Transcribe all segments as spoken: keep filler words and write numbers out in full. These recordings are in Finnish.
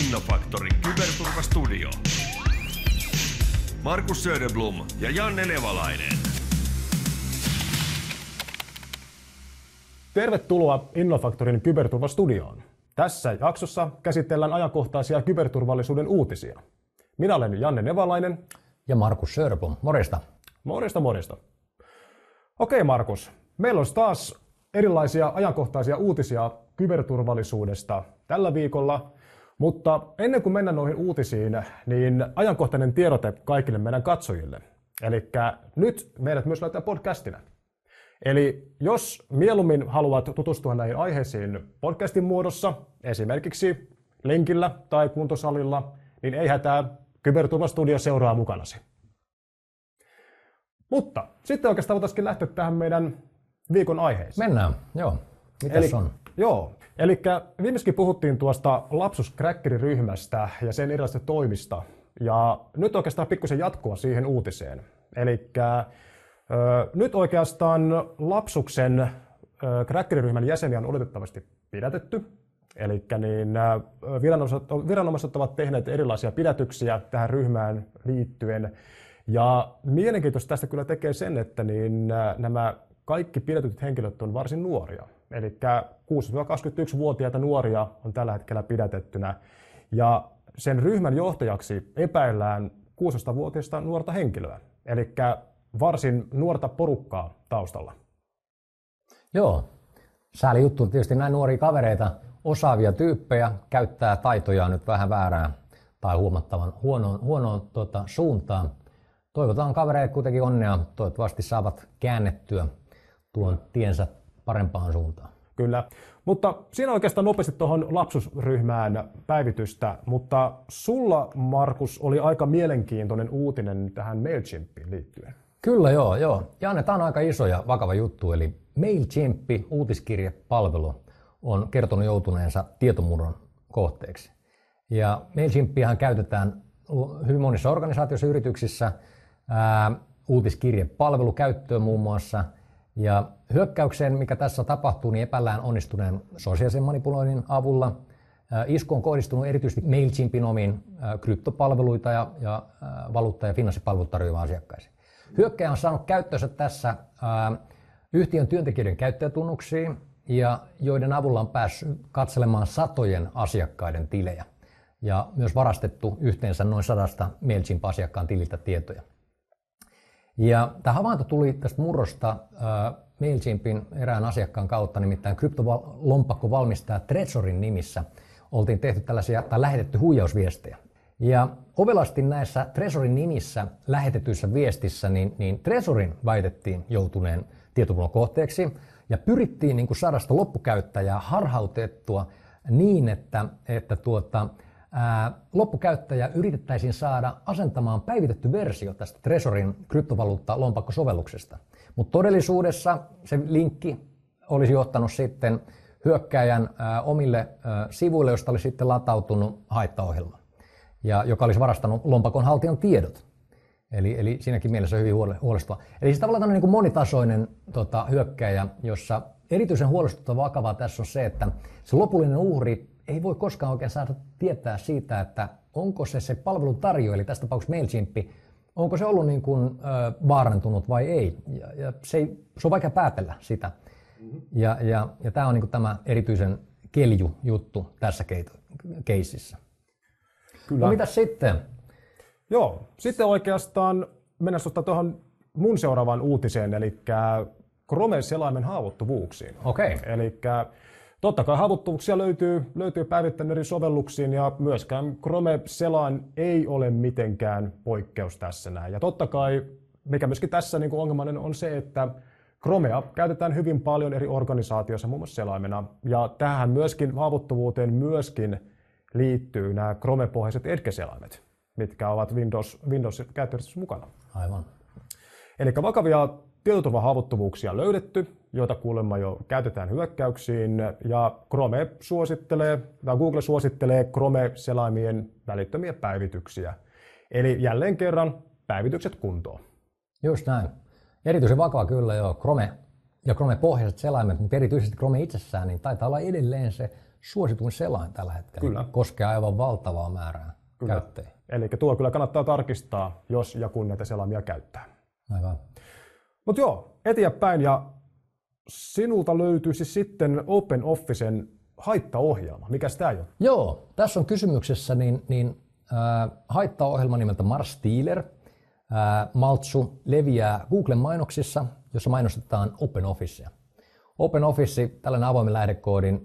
Innofactorin Kyberturvastudio. Markus Söderblom ja Janne Nevalainen. Tervetuloa Innofactorin Kyberturvastudioon. Tässä jaksossa käsitellään ajankohtaisia kyberturvallisuuden uutisia. Minä olen Janne Nevalainen. Ja Markus Söderblom. Morjesta. Morjesta, morjesta. Okei Markus, meillä olisi taas erilaisia ajankohtaisia uutisia kyberturvallisuudesta tällä viikolla. Mutta ennen kuin mennään noihin uutisiin, niin ajankohtainen tiedote kaikille meidän katsojille. Eli nyt meidät myös löytää podcastina. Eli jos mieluummin haluat tutustua näihin aiheisiin podcastin muodossa, esimerkiksi linkillä tai kuntosalilla, niin ei hätää, Kyberturvastudio seuraa mukanasi. Mutta sitten oikeastaan voitaisiin lähteä tähän meidän viikon aiheeseen. Mennään, joo. Mitäs Eli, on? Joo, eli viimeiskin puhuttiin tuosta Lapsus-Crackeri-ryhmästä ja sen erilaisista toimista. Ja nyt oikeastaan pikkusen jatkoa siihen uutiseen. Eli nyt oikeastaan Lapsuksen Crackeri-ryhmän jäseniä on oletettavasti pidätetty. Eli niin, viranomaiset, viranomaiset ovat tehneet erilaisia pidätyksiä tähän ryhmään liittyen. Ja mielenkiintoista tästä kyllä tekee sen, että niin, nämä kaikki pidätetyt henkilöt on varsin nuoria. Eli kuusi-kaksikymmentäyksivuotiaita nuoria on tällä hetkellä pidätettynä. Ja sen ryhmän johtajaksi epäillään kuusitoistavuotiaista nuorta henkilöä. Eli varsin nuorta porukkaa taustalla. Joo. Sääli juttu. Tietysti näin nuoria kavereita, osaavia tyyppejä, käyttää taitojaan nyt vähän väärään tai huomattavan huonoon, huonoon tuota, suuntaan. Toivotaan kavereille kuitenkin onnea. Toivottavasti saavat käännettyä tuon tiensä parempaan suuntaan. Kyllä, mutta siinä oikeastaan nopeasti tuohon Lapsus-ryhmään päivitystä, mutta sulla, Markus, oli aika mielenkiintoinen uutinen tähän MailChimpiin liittyen. Kyllä joo, joo. Janne, tämä on aika iso ja vakava juttu, eli MailChimp, uutiskirjepalvelu, on kertonut joutuneensa tietomurron kohteeksi. Ja MailChimpiähän käytetään hyvin monissa organisaatioissa ja yrityksissä ää, uutiskirjepalvelu käyttöön muun muassa. Ja hyökkäykseen, mikä tässä tapahtuu, niin epäillään onnistuneen sosiaalisen manipuloinnin avulla. Isku on kohdistunut erityisesti MailChimpin omiin kryptopalveluita ja, ja valuutta- ja finanssipalvelut tarjoaviin asiakkaisiin. Hyökkäjä on saanut käyttöönsä tässä ää, yhtiön työntekijöiden käyttäjätunnuksia, ja joiden avulla on päässyt katselemaan satojen asiakkaiden tilejä. Ja myös varastettu yhteensä noin sadasta MailChimp-asiakkaan tililtä tietoja. Ja tämä havainto tuli tästä murrosta äh, MailChimpin erään asiakkaan kautta, nimittäin kryptolompakkovalmistaja Trezorin nimissä oltiin tehty tällaisia, tai lähetetty huijausviestejä. Ja ovelasti näissä Trezorin nimissä lähetetyissä viestissä, niin, niin Trezorin väitettiin joutuneen tietomurron kohteeksi, ja pyrittiin niin kuin saada sitä loppukäyttäjää harhautettua niin, että, että tuota, Ää, loppukäyttäjä yritettäisiin saada asentamaan päivitetty versio tästä Trezorin kryptovaluutta-lompakkosovelluksesta. Mutta todellisuudessa se linkki olisi johtanut sitten hyökkääjän ää, omille ää, sivuille, josta olisi sitten latautunut haittaohjelma, ja joka olisi varastanut lompakon haltijan tiedot. Eli, eli siinäkin mielessä hyvin huolestuttava. Eli siis tavallaan niin kuin monitasoinen tota, hyökkääjä, jossa erityisen huolestuttava vakavaa tässä on se, että se lopullinen uhri ei voi koskaan oikein saada tietää siitä, että onko se se palvelun tarjoaja, eli tässä tapauksessa MailChimp, onko se ollut niin kuin, ö, vaarantunut vai ei. Ja, ja se, ei se on vaikea päätellä sitä. Mm-hmm. Ja, ja, ja tämä on niin kuin tämä erityisen keljujuttu tässä keississä. Kyllä. No mitäs sitten? Joo, sitten oikeastaan mennään tuohon mun seuraavaan uutiseen, eli Chrome-selaimen haavoittuvuuksiin. Okei. Okay. Eli totta kai haavoittuvuuksia löytyy, löytyy päivittäin eri sovelluksiin, ja myöskään Chrome-selain ei ole mitenkään poikkeus tässä näin. Ja totta kai, mikä myöskin tässä niin kuin ongelmainen on se, että Chromea käytetään hyvin paljon eri organisaatioissa, muun muassa selaimena, ja tähän myöskin haavoittuvuuteen myöskin liittyy nämä Chrome-pohjaiset Edge-selaimet, mitkä ovat Windows, Windows-käyttöjärjestelmässä mukana. Aivan. Eli vakavia tietoturvahaavoittuvuuksia löydetty, joita kuulemma jo käytetään hyökkäyksiin, ja Chrome suosittelee, tai Google suosittelee Chrome-selaimien välittömiä päivityksiä. Eli jälleen kerran päivitykset kuntoon. Just näin. Erityisen vakava kyllä jo Chrome ja Chrome-pohjaiset selaimet, mutta erityisesti Chrome itsessään, niin taitaa olla edelleen se suosituin selain tällä hetkellä. Kyllä. Koskee aivan valtavaa määrää Kyllä. käyttäjiä. Eli tuo kyllä kannattaa tarkistaa, jos ja kun näitä selaimia käyttää. Aivan. Mutta joo, eteenpäin, ja sinulta löytyisi sitten OpenOfficen haittaohjelma. Mikäs tää on? Joo, tässä on kysymyksessä niin, niin, äh, haittaohjelma nimeltä Marstealer. Äh, Maltsu leviää Googlen mainoksissa, jossa mainostetaan OpenOfficea. OpenOffice, tällainen avoimen lähdekoodin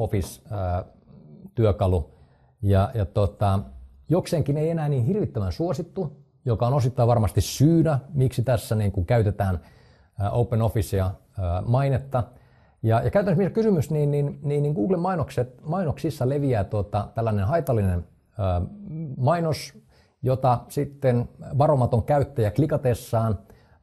Office-työkalu, ja, ja tota, jokseenkin ei enää niin hirvittävän suosittu, joka on osittain varmasti syynä, miksi tässä niin kuin käytetään äh, OpenOfficea äh, mainetta. Ja, ja käytännössä kysymys, niin, niin, niin, niin Googlen mainokset, mainoksissa leviää tuota, tällainen haitallinen ö, mainos, jota sitten varomaton käyttäjä klikatessaan ö,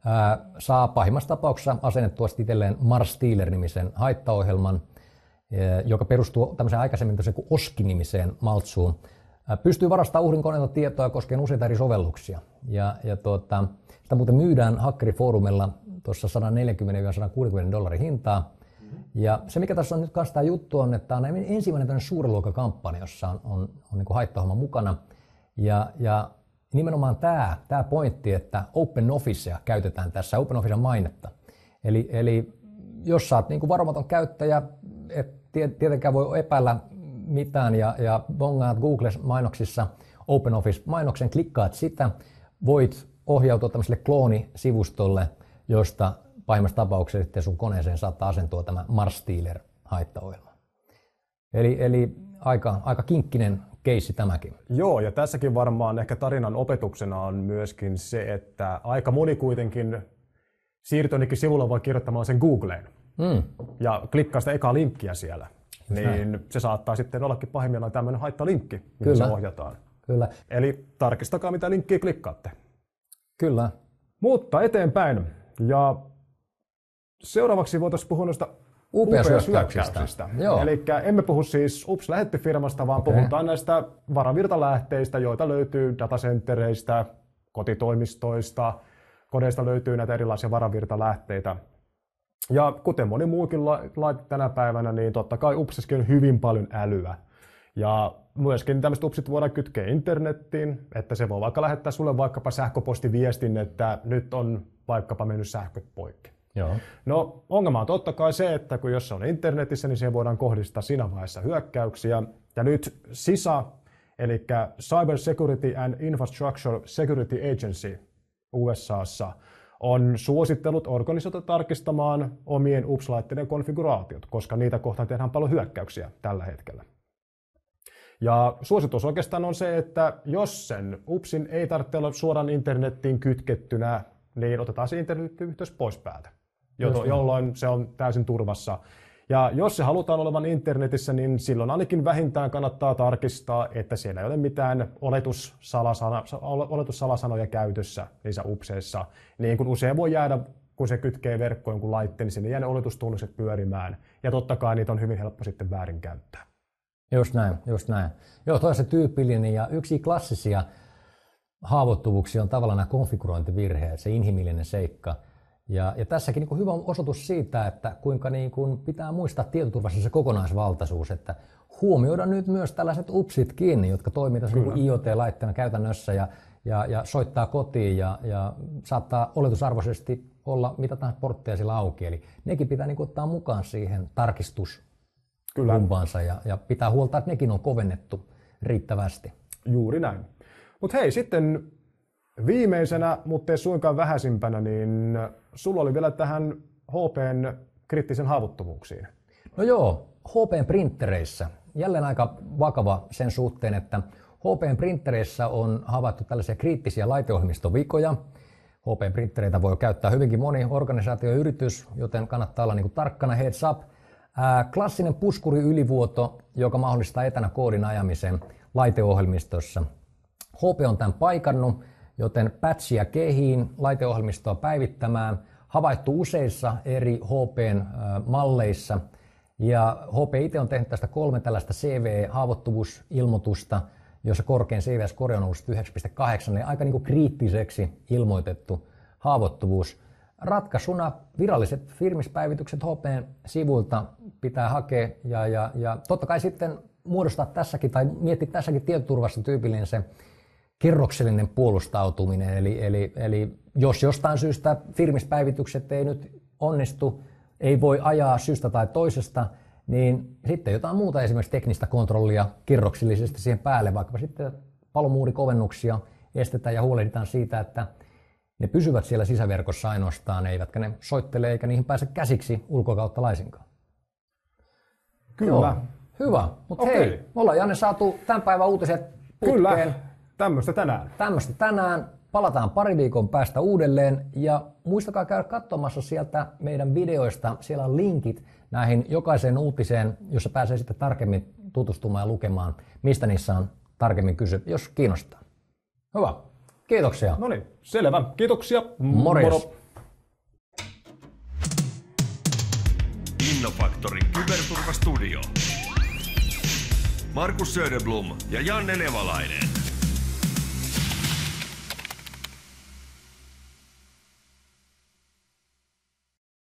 saa pahimmassa tapauksessa asennettua itselleen Marstealer-nimisen haittaohjelman, ö, joka perustuu tämmöiseen aikaisemmin kuin Oski-nimiseen maltsuun. Ö, pystyy varastamaan uhrin koneelta tietoa koskien useita eri sovelluksia. Ja, ja tuota, sitä muuten myydään hakkerifoorumilla tuossa sata neljäkymmentä sata kuusikymmentä dollarin hintaa. Ja se, mikä tässä on nyt kanssa tämä juttu, on, että tämä on ensimmäinen suuren luokan kampanja, jossa on, on, on niin haittaohjelma mukana. Ja, ja nimenomaan tämä, tämä pointti, että OpenOfficea käytetään tässä, OpenOfficen mainetta. Eli, eli jos sä oot niin varomaton käyttäjä, et tietenkään voi epäillä mitään ja, ja bongaat Google-mainoksissa OpenOffice-mainoksen, klikkaat sitä, voit ohjautua tämmöiselle kloonisivustolle, josta pahimmassa tapauksessa sitten sun koneeseen saattaa asentua tämä Marstealer-haittaohjelma. Eli, eli aika, aika kinkkinen keissi tämäkin. Joo, ja tässäkin varmaan ehkä tarinan opetuksena on myöskin se, että aika moni kuitenkin siirtyy jonnekin sivulla vaan kirjoittamaan sen Googleen. Mm. Ja klikkaa sitä ekaa linkkiä siellä. Just niin näin. Se saattaa sitten ollakin pahimmillaan tämmöinen haittalinkki, mihin se ohjataan. Kyllä. Eli tarkistakaa, mitä linkkiä klikkaatte. Kyllä. Mutta eteenpäin. Ja seuraavaksi voitaisiin puhua noista U P S-hyökkäyksistä. Eli emme puhu siis U P S-lähettifirmasta, vaan okay. puhutaan näistä varavirtalähteistä, joita löytyy datacentereistä, kotitoimistoista, kodeista löytyy näitä erilaisia varavirtalähteitä. Ja kuten moni muukin laite tänä päivänä, niin totta kai U P S:ssäkin on hyvin paljon älyä. Ja myöskin tämmöiset U P Sit voidaan kytkeä internettiin, että se voi vaikka lähettää sulle vaikkapa sähköpostiviestin, että nyt on vaikkapa mennyt sähköt poikki. Joo. No ongelma on totta kai se, että kun jos se on internetissä, niin siihen voidaan kohdistaa siinä vaiheessa hyökkäyksiä. Ja nyt S I S A, eli Cyber Security and Infrastructure Security Agency U S A:ssa, on suosittellut organisaatiota tarkistamaan omien U P S-laitteiden konfiguraatiot, koska niitä kohtaan tehdään paljon hyökkäyksiä tällä hetkellä. Ja suositus oikeastaan on se, että jos sen U P Sin ei tarvitse olla suoraan internettiin kytkettynä, niin otetaan se internetyhteys pois päältä, jolloin se on täysin turvassa. Ja jos se halutaan olevan internetissä, niin silloin ainakin vähintään kannattaa tarkistaa, että siellä ei ole mitään oletussalasana, oletussalasanoja käytössä niissä U P S:issä. Niin kuin usein voi jäädä, kun se kytkee verkkoon jonkun laitteen, niin sinne jää ne oletustunnukset pyörimään. Ja totta kai niitä on hyvin helppo sitten väärinkäyttää. Just näin, just näin. Joo, toi on se tyypillinen ja yksi klassisia haavoittuvuuksia on tavallaan nämä konfigurointivirheet, se inhimillinen seikka. Ja, ja tässäkin niin kuin hyvä osoitus siitä, että kuinka niin kuin pitää muistaa tietoturvassa se kokonaisvaltaisuus, että huomioida nyt myös tällaiset U P Sitkin, jotka toimii tässä niin I O T-laitteena käytännössä ja, ja, ja soittaa kotiin ja, ja saattaa oletusarvoisesti olla mitä tahansa portteja sillä auki. Eli nekin pitää niin kuin ottaa mukaan siihen tarkistusrumpaansa ja, ja pitää huolta, että nekin on kovennettu riittävästi. Juuri näin. Mutta hei, sitten viimeisenä, mutta ei suinkaan vähäisimpänä, niin sulla oli vielä tähän H P:n kriittisen haavoittuvuuksiin. No joo, H P:n printtereissä. Jälleen aika vakava sen suhteen, että H P:n printtereissä on havaittu tällaisia kriittisiä laiteohjelmistovikoja. H P:n printtereitä voi käyttää hyvinkin moni organisaatio ja yritys, joten kannattaa olla niin kuin tarkkana, heads up. Ää, klassinen puskuri-ylivuoto, joka mahdollistaa etänä koodin ajamisen laiteohjelmistossa. H P on tämän paikannut, joten patchia kehiin, laiteohjelmistoa päivittämään, havaittu useissa eri H P:n malleissa. Ja H P itse on tehnyt tästä kolme tällaista C V E-haavoittuvuusilmoitusta, jossa korkein C V S-kore on ollut yhdeksän pilkku kahdeksan, eli aika niin kuin kriittiseksi ilmoitettu haavoittuvuus. ratkaisuna viralliset firmispäivitykset H P-sivuilta pitää hakea ja, ja, ja totta kai sitten muodostaa tässäkin tai miettiä tässäkin tietoturvassa tyypillinen se kerroksellinen puolustautuminen. Eli, eli, eli jos jostain syystä firmispäivitykset ei nyt onnistu, ei voi ajaa syystä tai toisesta, niin sitten jotain muuta, esimerkiksi teknistä kontrollia kerroksellisesti siihen päälle, vaikka sitten palomuurikovennuksia estetään ja huolehditaan siitä, että ne pysyvät siellä sisäverkossa ainoastaan, eivätkä ne soittele eikä niihin pääse käsiksi ulkokautta laisinkaan. Kyllä. Joo, hyvä, mutta Okei. hei, me ollaan Janne saatu tämän päivän uutiset putkeen. Kyllä, tämmöistä tänään. Tämmöistä tänään. Palataan pari viikon päästä uudelleen ja muistakaa käydä katsomassa sieltä meidän videoista. Siellä on linkit näihin jokaiseen uutiseen, jossa pääsee sitten tarkemmin tutustumaan ja lukemaan, mistä niissä on tarkemmin kysy, jos kiinnostaa. Hyvä. Kiitoksia. No niin, selvä. Kiitoksia. Morjes. Moro. Innofaktorin Kyberturvastudio. Markus Söderblom ja Janne Nevalainen.